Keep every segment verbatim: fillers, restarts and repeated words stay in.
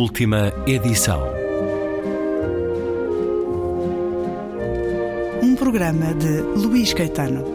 Última edição. Um programa de Luís Caetano.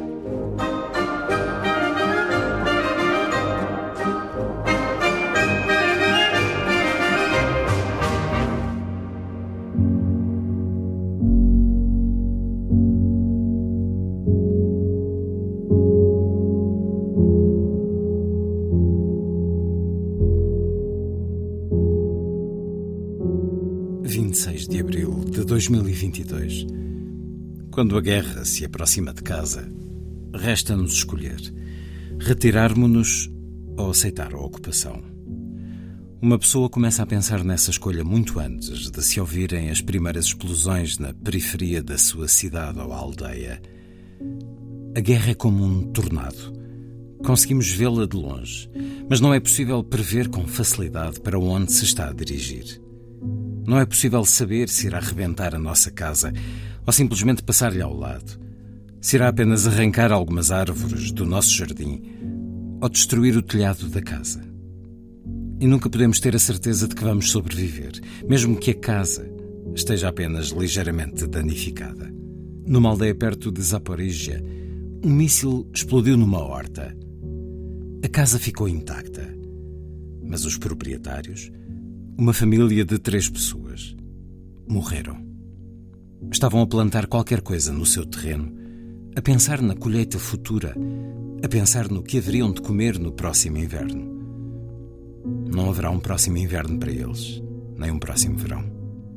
vinte e seis de abril de dois mil e vinte e dois. Quando a guerra se aproxima de casa, resta-nos escolher: retirar-mo-nos ou aceitar a ocupação. Uma pessoa começa a pensar nessa escolha muito antes de se ouvirem as primeiras explosões na periferia da sua cidade ou aldeia. A guerra é como um tornado. Conseguimos vê-la de longe, mas não é possível prever com facilidade para onde se está a dirigir. Não é possível saber se irá arrebentar a nossa casa ou simplesmente passar-lhe ao lado. Se irá apenas arrancar algumas árvores do nosso jardim ou destruir o telhado da casa. E nunca podemos ter a certeza de que vamos sobreviver, mesmo que a casa esteja apenas ligeiramente danificada. Numa aldeia perto de Zaporizhia, um míssil explodiu numa horta. A casa ficou intacta, mas os proprietários, uma família de três pessoas, morreram. Estavam a plantar qualquer coisa no seu terreno, a pensar na colheita futura, a pensar no que haveriam de comer no próximo inverno. Não haverá um próximo inverno para eles, nem um próximo verão.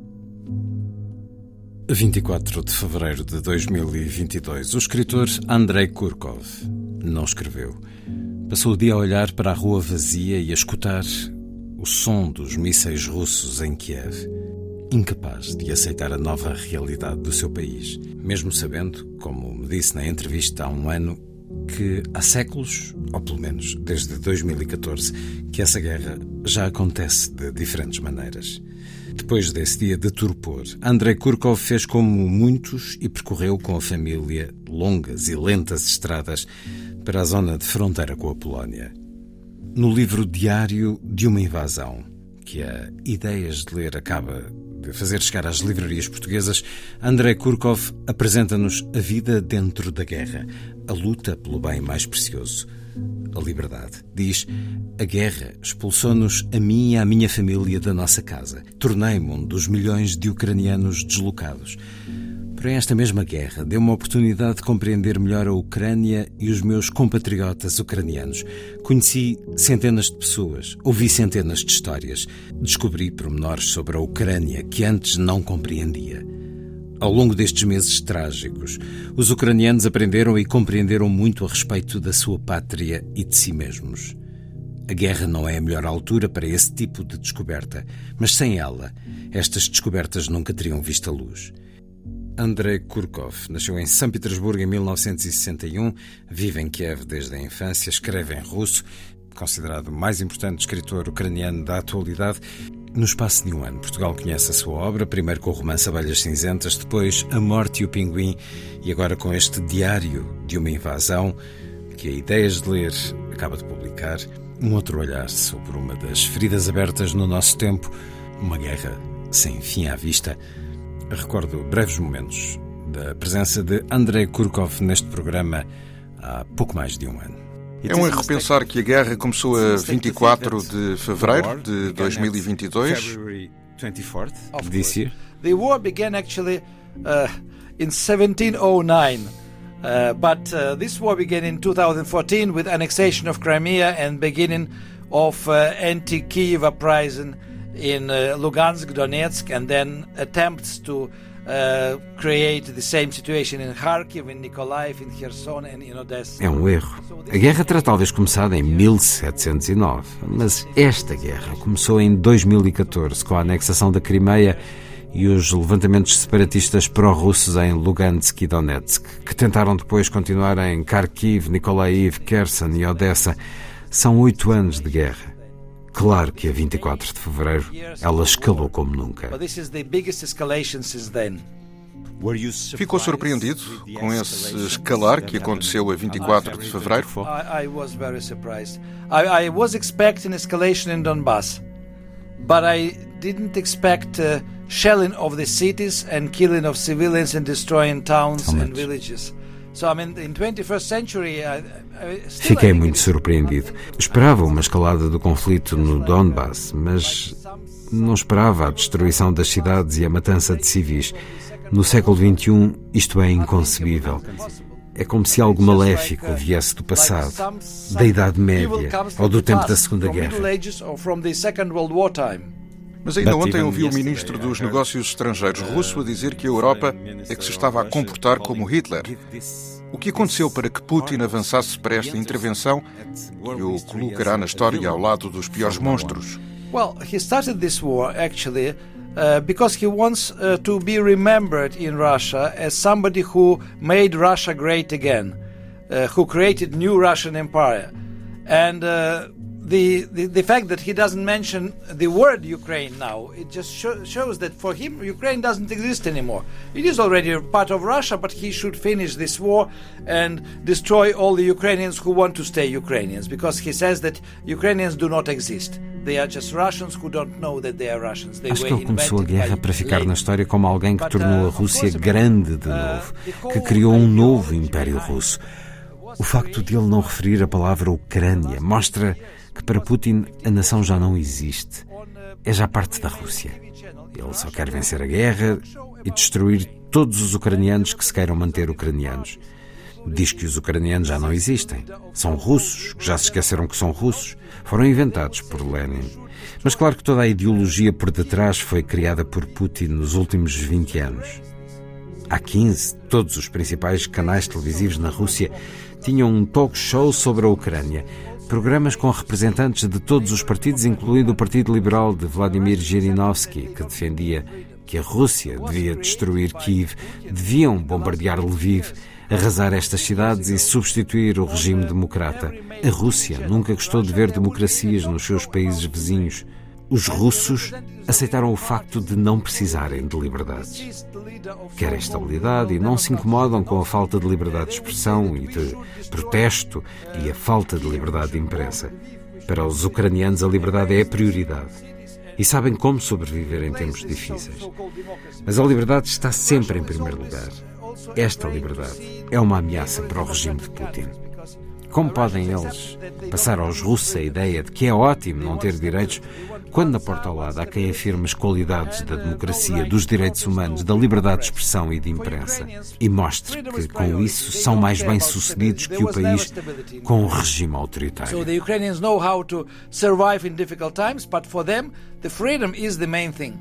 A vinte e quatro de fevereiro de dois mil e vinte e dois, o escritor Andrei Kurkov não escreveu. Passou o dia a olhar para a rua vazia e a escutar o som dos mísseis russos em Kiev, incapaz de aceitar a nova realidade do seu país, mesmo sabendo, como me disse na entrevista há um ano, que há séculos, ou pelo menos desde dois mil e catorze, que essa guerra já acontece de diferentes maneiras. Depois desse dia de torpor, Andrei Kurkov fez como muitos e percorreu com a família longas e lentas estradas para a zona de fronteira com a Polónia. No livro Diário de uma Invasão, que a Ideias de Ler acaba de fazer chegar às livrarias portuguesas, Andrei Kurkov apresenta-nos a vida dentro da guerra, a luta pelo bem mais precioso, a liberdade. Diz: a guerra expulsou-nos a mim e à minha família da nossa casa. Tornei-me um dos milhões de ucranianos deslocados. Porém, esta mesma guerra deu-me a oportunidade de compreender melhor a Ucrânia e os meus compatriotas ucranianos. Conheci centenas de pessoas, ouvi centenas de histórias, descobri pormenores sobre a Ucrânia que antes não compreendia. Ao longo destes meses trágicos, os ucranianos aprenderam e compreenderam muito a respeito da sua pátria e de si mesmos. A guerra não é a melhor altura para esse tipo de descoberta, mas sem ela, estas descobertas nunca teriam visto a luz. Andrei Kurkov nasceu em São Petersburgo em mil novecentos e sessenta e um, vive em Kiev desde a infância, escreve em russo, considerado o mais importante escritor ucraniano da atualidade. No espaço de um ano, Portugal conhece a sua obra, primeiro com o romance Abelhas Cinzentas, depois A Morte e o Pinguim e agora com este Diário de uma Invasão, que a Ideias de Ler acaba de publicar, um outro olhar sobre uma das feridas abertas no nosso tempo, uma guerra sem fim à vista. Recordo breves momentos da presença de Andrei Kurkov neste programa há pouco mais de um ano. É um erro pensar que a guerra começou a vinte e quatro de fevereiro de dois mil e vinte e dois. This year? The war began actually uh, in seventeen oh nine, uh, but uh, this war began in two thousand fourteen with annexation of Crimea and beginning of uh, anti-Kiev uprising in uh, Lugansk, Donetsk, and then attempts to uh, create the same situation in Kharkiv, in Nikolaev, in Kherson and in Odessa. É um erro. A guerra terá talvez começado em mil setecentos e nove, mas esta guerra começou em dois mil e catorze com a anexação da Crimeia e os levantamentos separatistas pró-russos em Lugansk e Donetsk, que tentaram depois continuar em Kharkiv, Nikolaev, Kherson e Odessa. São oito anos de guerra. Claro que a vinte e quatro de fevereiro ela escalou como nunca. Ficou surpreendido com esse escalar que aconteceu a vinte e quatro de fevereiro? I, I was very surprised. I, I was expecting escalation in Donbass, but I didn't expect uh, shelling of the cities and killing of civilians and destroying towns and villages. So, I mean, in twenty-first century, I, I still Fiquei muito surpreendido. Esperava uma escalada do conflito no Donbass, mas não esperava a destruição das cidades e a matança de civis. No século vinte e um, isto é inconcebível. É como se algo maléfico viesse do passado, da Idade Média ou do tempo da Segunda Guerra. Mas ainda ontem ouvi o ministro dos Negócios Estrangeiros russo a dizer que a Europa é que se estava a comportar como Hitler. O que aconteceu para que Putin avançasse para esta intervenção que o colocará na história ao lado dos piores monstros? Well, he started this war actually uh, because he wants uh, to be remembered in Russia as somebody who made Russia great again, uh, who created new Russian Empire. And uh, the, the the fact that he doesn't mention the word Ukraine now, it just sh- shows that for him Ukraine doesn't exist anymore. It is already a part of Russia, but he should finish this war and destroy all the Ukrainians who want to stay Ukrainians, because he says that Ukrainians do not exist. They are just Russians who don't know that they are Russians. They Acho que ele começou a guerra para ficar na história como alguém que tornou a Rússia grande de novo, que criou um novo Império Russo. O facto de ele não referir a palavra Ucrânia mostra que para Putin a nação já não existe. É já parte da Rússia. Ele só quer vencer a guerra e destruir todos os ucranianos que se queiram manter ucranianos. Diz que os ucranianos já não existem. São russos, que já se esqueceram que são russos. Foram inventados por Lenin. Mas claro que toda a ideologia por detrás foi criada por Putin nos últimos vinte anos. Há quinze, todos os principais canais televisivos na Rússia tinham um talk show sobre a Ucrânia. Programas com representantes de todos os partidos, incluindo o Partido Liberal de Vladimir Zhirinovsky, que defendia que a Rússia devia destruir Kiev, deviam bombardear Lviv, arrasar estas cidades e substituir o regime democrata. A Rússia nunca gostou de ver democracias nos seus países vizinhos. Os russos aceitaram o facto de não precisarem de liberdades. Querem estabilidade e não se incomodam com a falta de liberdade de expressão e de protesto e a falta de liberdade de imprensa. Para os ucranianos, a liberdade é a prioridade. E sabem como sobreviver em tempos difíceis. Mas a liberdade está sempre em primeiro lugar. Esta liberdade é uma ameaça para o regime de Putin. Como podem eles passar aos russos a ideia de que é ótimo não ter direitos, quando na porta ao lado há quem afirme as qualidades da democracia, dos direitos humanos, da liberdade de expressão e de imprensa, e mostre que com isso são mais bem-sucedidos que o país com um regime autoritário. So the Ukrainians know how to survive in difficult times, but for them the freedom is the main thing.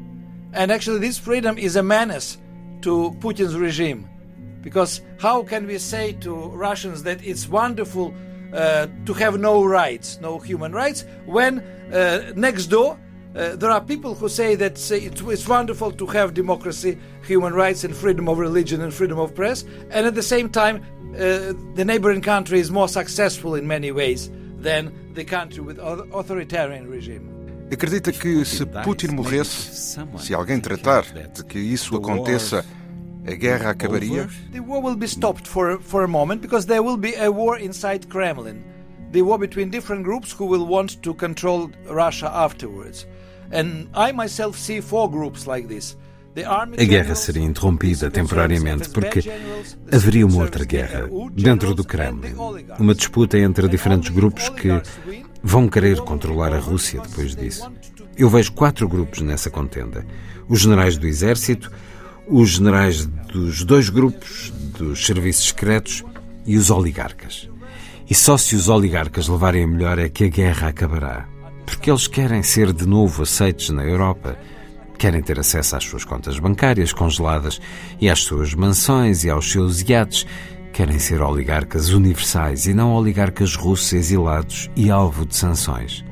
And actually this freedom is a menace to Putin's regime. Because how can we say to Russians that it's wonderful uh, to have no rights, no human rights, when uh, next door uh, there are people who say that say it's, it's wonderful to have democracy, human rights and freedom of religion and freedom of press, and at the same time uh, the neighboring country is more successful in many ways than the country with authoritarian regime. Acredita que se Putin morresse, se alguém tratar de que isso aconteça, a guerra acabaria? The war will be stopped for for a moment because there will be a war inside Kremlin. The war between different groups who will want to control Russia afterwards. And I myself see four groups like this. A guerra seria interrompida temporariamente porque haveria uma outra guerra dentro do Kremlin. Uma disputa entre diferentes grupos que vão querer controlar a Rússia depois disso. Eu vejo quatro grupos nessa contenda. Os generais do exército, os generais dos dois grupos dos serviços secretos e os oligarcas. E só se os oligarcas levarem a melhor é que a guerra acabará. Porque eles querem ser de novo aceitos na Europa. Querem ter acesso às suas contas bancárias congeladas e às suas mansões e aos seus iates. Querem ser oligarcas universais e não oligarcas russos exilados e alvo de sanções.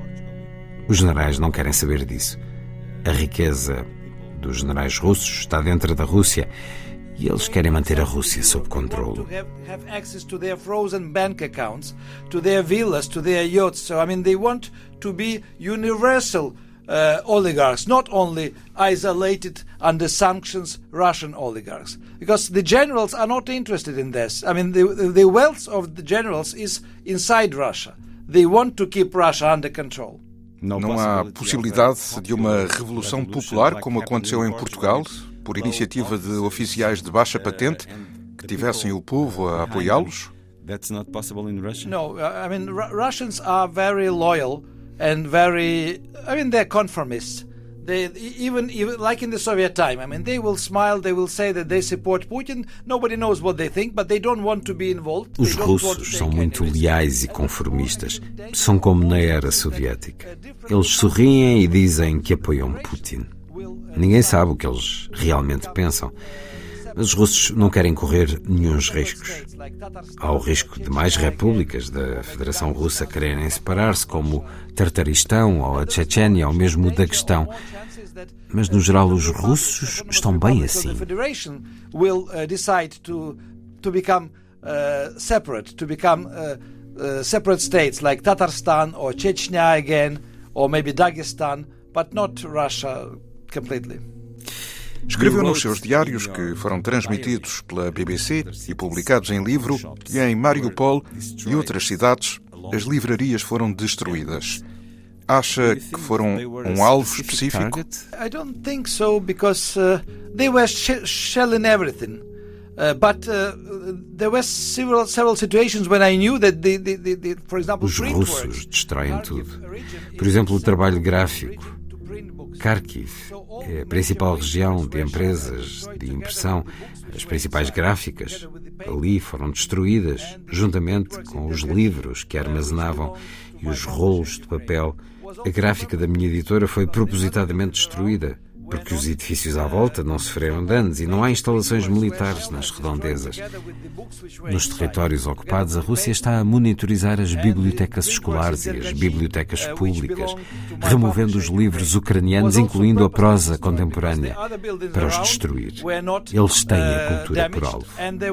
Os generais não querem saber disso. A riqueza dos generais russos está dentro da Rússia e eles querem manter a Rússia sob controle. Have access to their frozen bank accounts, to their villas, to their yachts. So I mean they want to be universal uh, oligarchs, not only isolated under sanctions Russian oligarchs, because the generals are not interested in this. I mean the the wealth of the generals is inside Russia. They want to keep Russia under control. Não há possibilidade de uma revolução popular como aconteceu em Portugal, por iniciativa de oficiais de baixa patente que tivessem o povo a apoiá-los? No, I mean Russians are very loyal and very, I mean they're conformists. They, even, even like in the Soviet time, I mean, they will smile, they will say that they support Putin. Nobody knows what they think, but they don't want to be involved. Os russos são muito leais e conformistas. São como na era soviética. Eles sorriem e dizem que apoiam Putin. Ninguém sabe o que eles realmente pensam. Mas os russos não querem correr nenhuns riscos. Há o risco de mais repúblicas da Federação Russa quererem separar-se, como Tartaristão ou a Chechênia ou mesmo o Daguestão. Mas, no geral, os russos estão bem assim. Separate states like Tatarstan or Chechnya again, or maybe Dagestan, but not Russia completely. Escreveu nos seus diários, que foram transmitidos pela B B C e publicados em livro, que em Mariupol e outras cidades as livrarias foram destruídas. Acha que foram um alvo específico? I don't think so, because uh, they were sh- shelling everything. Uh, but uh, there were several several situations when I knew that the, the, the, the for example, os russos destroem tudo. Por exemplo, o trabalho gráfico. Kharkiv é a principal região de empresas de impressão. As principais gráficas ali foram destruídas, juntamente com os livros que armazenavam e os rolos de papel. A gráfica da minha editora foi propositadamente destruída, porque os edifícios à volta não sofreram danos e não há instalações militares nas redondezas. Nos territórios ocupados, a Rússia está a monitorizar as bibliotecas escolares e as bibliotecas públicas, removendo os livros ucranianos, incluindo a prosa contemporânea, para os destruir. Eles têm a cultura por alvo.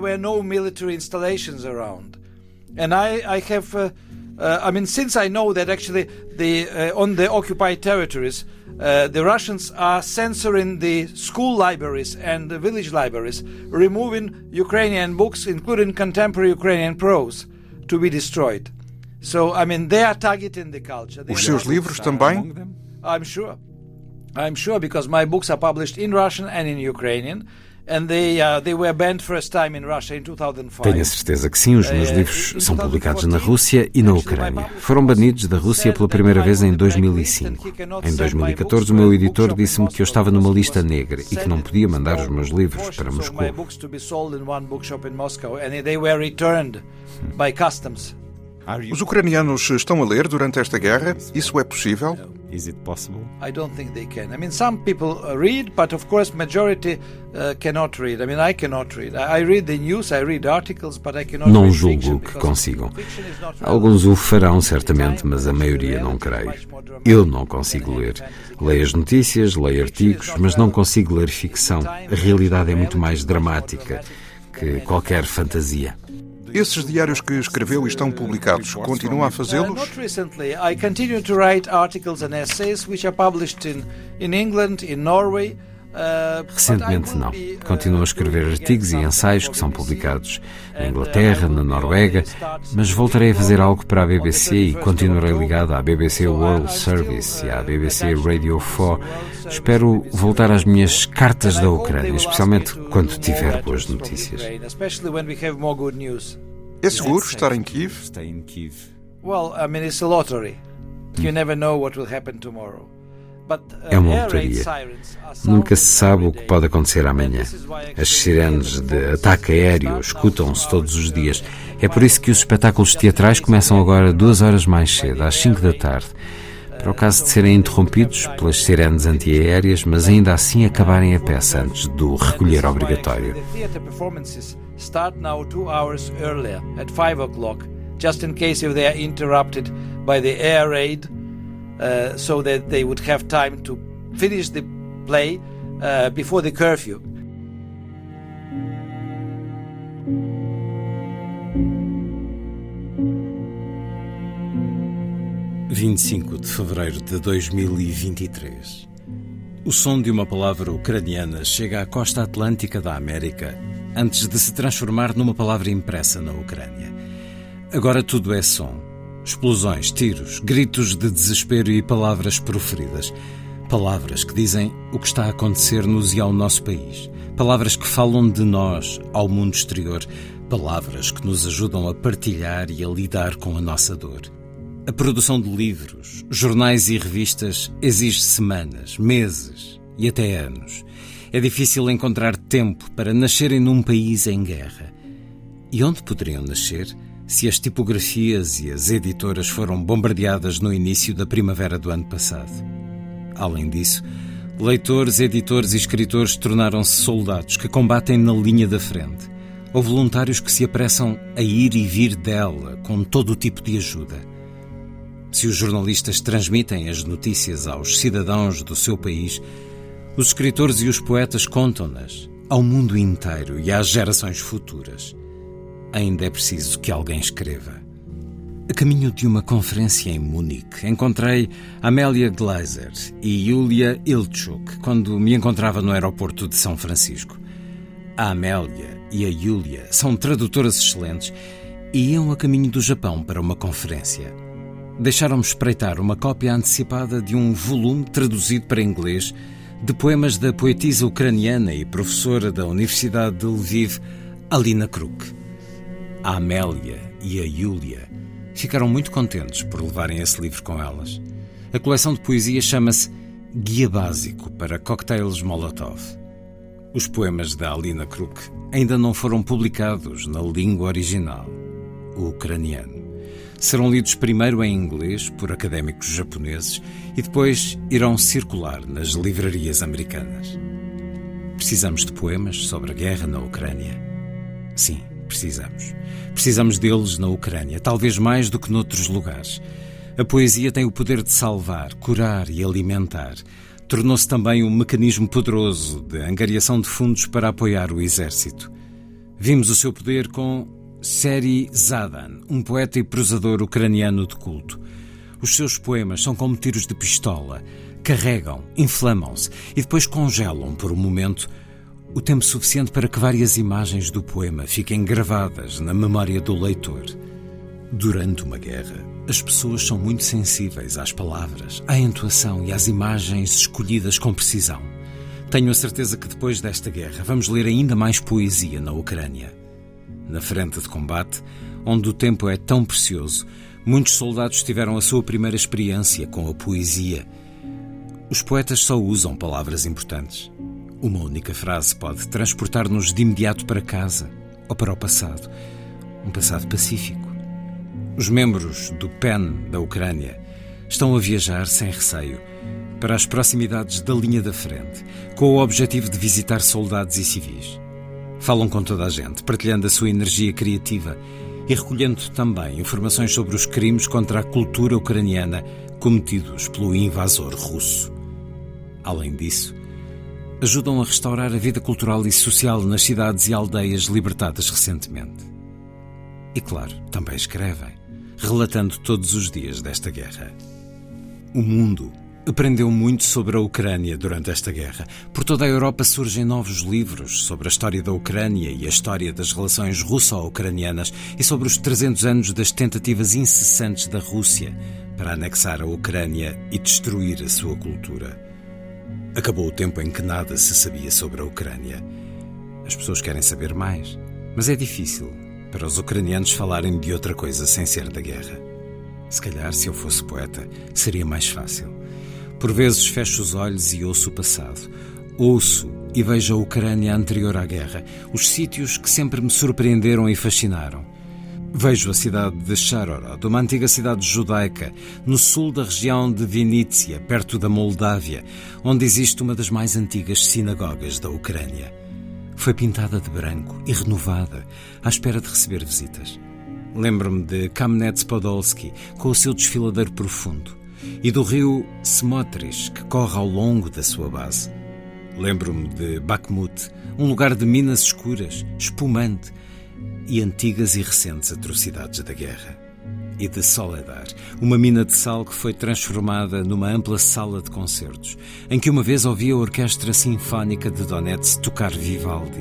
Uh, I mean, since I know that actually the uh, on the occupied territories, uh, the Russians are censoring the school libraries and the village libraries, removing Ukrainian books, including contemporary Ukrainian prose, to be destroyed. So, I mean, they are targeting the culture. Os seus livros também? I'm sure. I'm sure, because my books are published in Russian and in Ukrainian. And they, uh, they were banned first time in Russia in two thousand five. Tenho a certeza que sim, os meus livros são publicados na Rússia e na Ucrânia. Foram banidos da Rússia pela primeira vez em dois mil e cinco. Em dois mil e catorze, o meu editor disse-me que eu estava numa lista negra e que não podia mandar os meus livros para Moscou. Os ucranianos estão a ler durante esta guerra? Isso é possível? Is it possible? I don't think they can. I mean, some people read, but of course majority uh, cannot read. I mean, I cannot read. I read the news, I read articles, but I cannot Não read julgo que consigam. Alguns o farão certamente, mas a maioria não creio. Eu não consigo ler. Leio as notícias, leio artigos, mas não consigo ler ficção. A realidade é muito mais dramática que qualquer fantasia. Esses diários que escreveu e estão publicados, continua a fazê-los? Not recently. I continue to write articles and essays which are published in in England, in Norway. Recentemente não. Continuo a escrever artigos e ensaios que são publicados na Inglaterra, na Noruega, mas voltarei a fazer algo para a B B C e continuarei ligado à B B C World Service e à B B C Radio quatro. Espero voltar às minhas cartas da Ucrânia, especialmente quando tiver boas notícias. É seguro estar em Kiev? Well, I mean, it's a lottery. You never know what will happen tomorrow. É uma lotaria. Nunca se sabe o que pode acontecer amanhã. As sirenes de ataque aéreo escutam-se todos os dias. É por isso que os espetáculos teatrais começam agora duas horas mais cedo, às cinco da tarde. Para o caso de serem interrompidos pelas sirenes antiaéreas, mas ainda assim acabarem a peça antes do recolher obrigatório. Just in case if they are interrupted by the air raid. Uh, so that they would have time to finish the play uh, before the curfew. vinte e cinco de fevereiro de dois mil e vinte e três. O som de uma palavra ucraniana chega à costa atlântica da América antes de se transformar numa palavra impressa na Ucrânia. Agora tudo é som. Explosões, tiros, gritos de desespero e palavras proferidas. Palavras que dizem o que está a acontecer-nos e ao nosso país. Palavras que falam de nós ao mundo exterior. Palavras que nos ajudam a partilhar e a lidar com a nossa dor. A produção de livros, jornais e revistas exige semanas, meses e até anos. É difícil encontrar tempo para nascerem num país em guerra. E onde poderiam nascer se as tipografias e as editoras foram bombardeadas no início da primavera do ano passado? Além disso, leitores, editores e escritores tornaram-se soldados que combatem na linha da frente, ou voluntários que se apressam a ir e vir dela com todo o tipo de ajuda. Se os jornalistas transmitem as notícias aos cidadãos do seu país, os escritores e os poetas contam-nas ao mundo inteiro e às gerações futuras. Ainda é preciso que alguém escreva. A caminho de uma conferência em Munique, encontrei Amélia Gleiser e Julia Iltschuk quando me encontrava no aeroporto de São Francisco. A Amélia e a Julia são tradutoras excelentes e iam a caminho do Japão para uma conferência. Deixaram-me espreitar uma cópia antecipada de um volume traduzido para inglês de poemas da poetisa ucraniana e professora da Universidade de Lviv, Alina Kruk. A Amélia e a Julia ficaram muito contentes por levarem esse livro com elas. A coleção de poesia chama-se Guia Básico para Cocktails Molotov. Os poemas da Alina Kruk ainda não foram publicados na língua original, o ucraniano. Serão lidos primeiro em inglês por académicos japoneses e depois irão circular nas livrarias americanas. Precisamos de poemas sobre a guerra na Ucrânia? Sim, precisamos. Precisamos deles na Ucrânia, talvez mais do que noutros lugares. A poesia tem o poder de salvar, curar e alimentar. Tornou-se também um mecanismo poderoso de angariação de fundos para apoiar o exército. Vimos o seu poder com Serhiy Zhadan, um poeta e prosador ucraniano de culto. Os seus poemas são como tiros de pistola. Carregam, inflamam-se e depois congelam por um momento o tempo suficiente para que várias imagens do poema fiquem gravadas na memória do leitor. Durante uma guerra, as pessoas são muito sensíveis às palavras, à entoação e às imagens escolhidas com precisão. Tenho a certeza que depois desta guerra vamos ler ainda mais poesia na Ucrânia. Na frente de combate, onde o tempo é tão precioso, muitos soldados tiveram a sua primeira experiência com a poesia. Os poetas só usam palavras importantes. Uma única frase pode transportar-nos de imediato para casa ou para o passado, um passado pacífico. Os membros do P E N da Ucrânia estão a viajar sem receio para as proximidades da linha da frente, com o objetivo de visitar soldados e civis. Falam com toda a gente, partilhando a sua energia criativa e recolhendo também informações sobre os crimes contra a cultura ucraniana cometidos pelo invasor russo. Além disso, ajudam a restaurar a vida cultural e social nas cidades e aldeias libertadas recentemente. E, claro, também escrevem, relatando todos os dias desta guerra. O mundo aprendeu muito sobre a Ucrânia durante esta guerra. Por toda a Europa surgem novos livros sobre a história da Ucrânia e a história das relações russo-ucranianas e sobre os trezentos anos das tentativas incessantes da Rússia para anexar a Ucrânia e destruir a sua cultura. Acabou o tempo em que nada se sabia sobre a Ucrânia. As pessoas querem saber mais, mas é difícil para os ucranianos falarem de outra coisa sem ser da guerra. Se calhar, se eu fosse poeta, seria mais fácil. Por vezes fecho os olhos e ouço o passado. Ouço e vejo a Ucrânia anterior à guerra, os sítios que sempre me surpreenderam e fascinaram. Vejo a cidade de Sharorod, uma antiga cidade judaica, no sul da região de Vinícia, perto da Moldávia, onde existe uma das mais antigas sinagogas da Ucrânia. Foi pintada de branco e renovada, à espera de receber visitas. Lembro-me de Kamenets-Podolsky, com o seu desfiladeiro profundo, e do rio Smotrich, que corre ao longo da sua base. Lembro-me de Bakhmut, um lugar de minas escuras, espumante, e antigas e recentes atrocidades da guerra. E de Soledar, uma mina de sal que foi transformada numa ampla sala de concertos, em que uma vez ouvi a Orquestra Sinfónica de Donetsk tocar Vivaldi.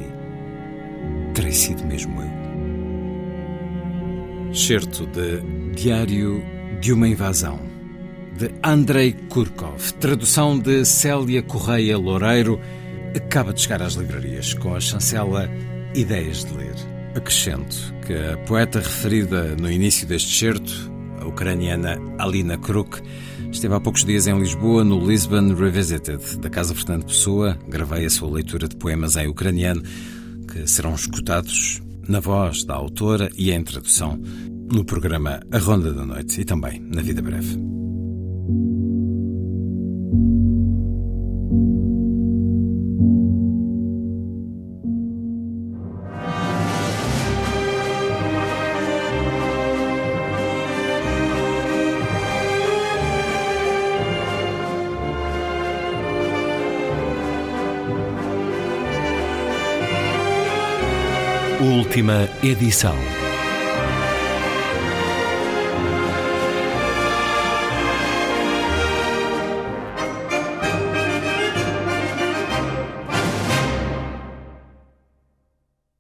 Terei sido mesmo eu. Certo de Diário de uma invasão, de Andrei Kurkov, tradução de Célia Correia Loureiro, acaba de chegar às livrarias com a chancela Ideias de Ler. Acrescento que a poeta referida no início deste excerto, a ucraniana Alina Kruk, esteve há poucos dias em Lisboa no Lisbon Revisited, da Casa Fernando Pessoa. Gravei a sua leitura de poemas em ucraniano, que serão escutados na voz da autora e em tradução no programa A Ronda da Noite e também na Vida Breve. Última edição.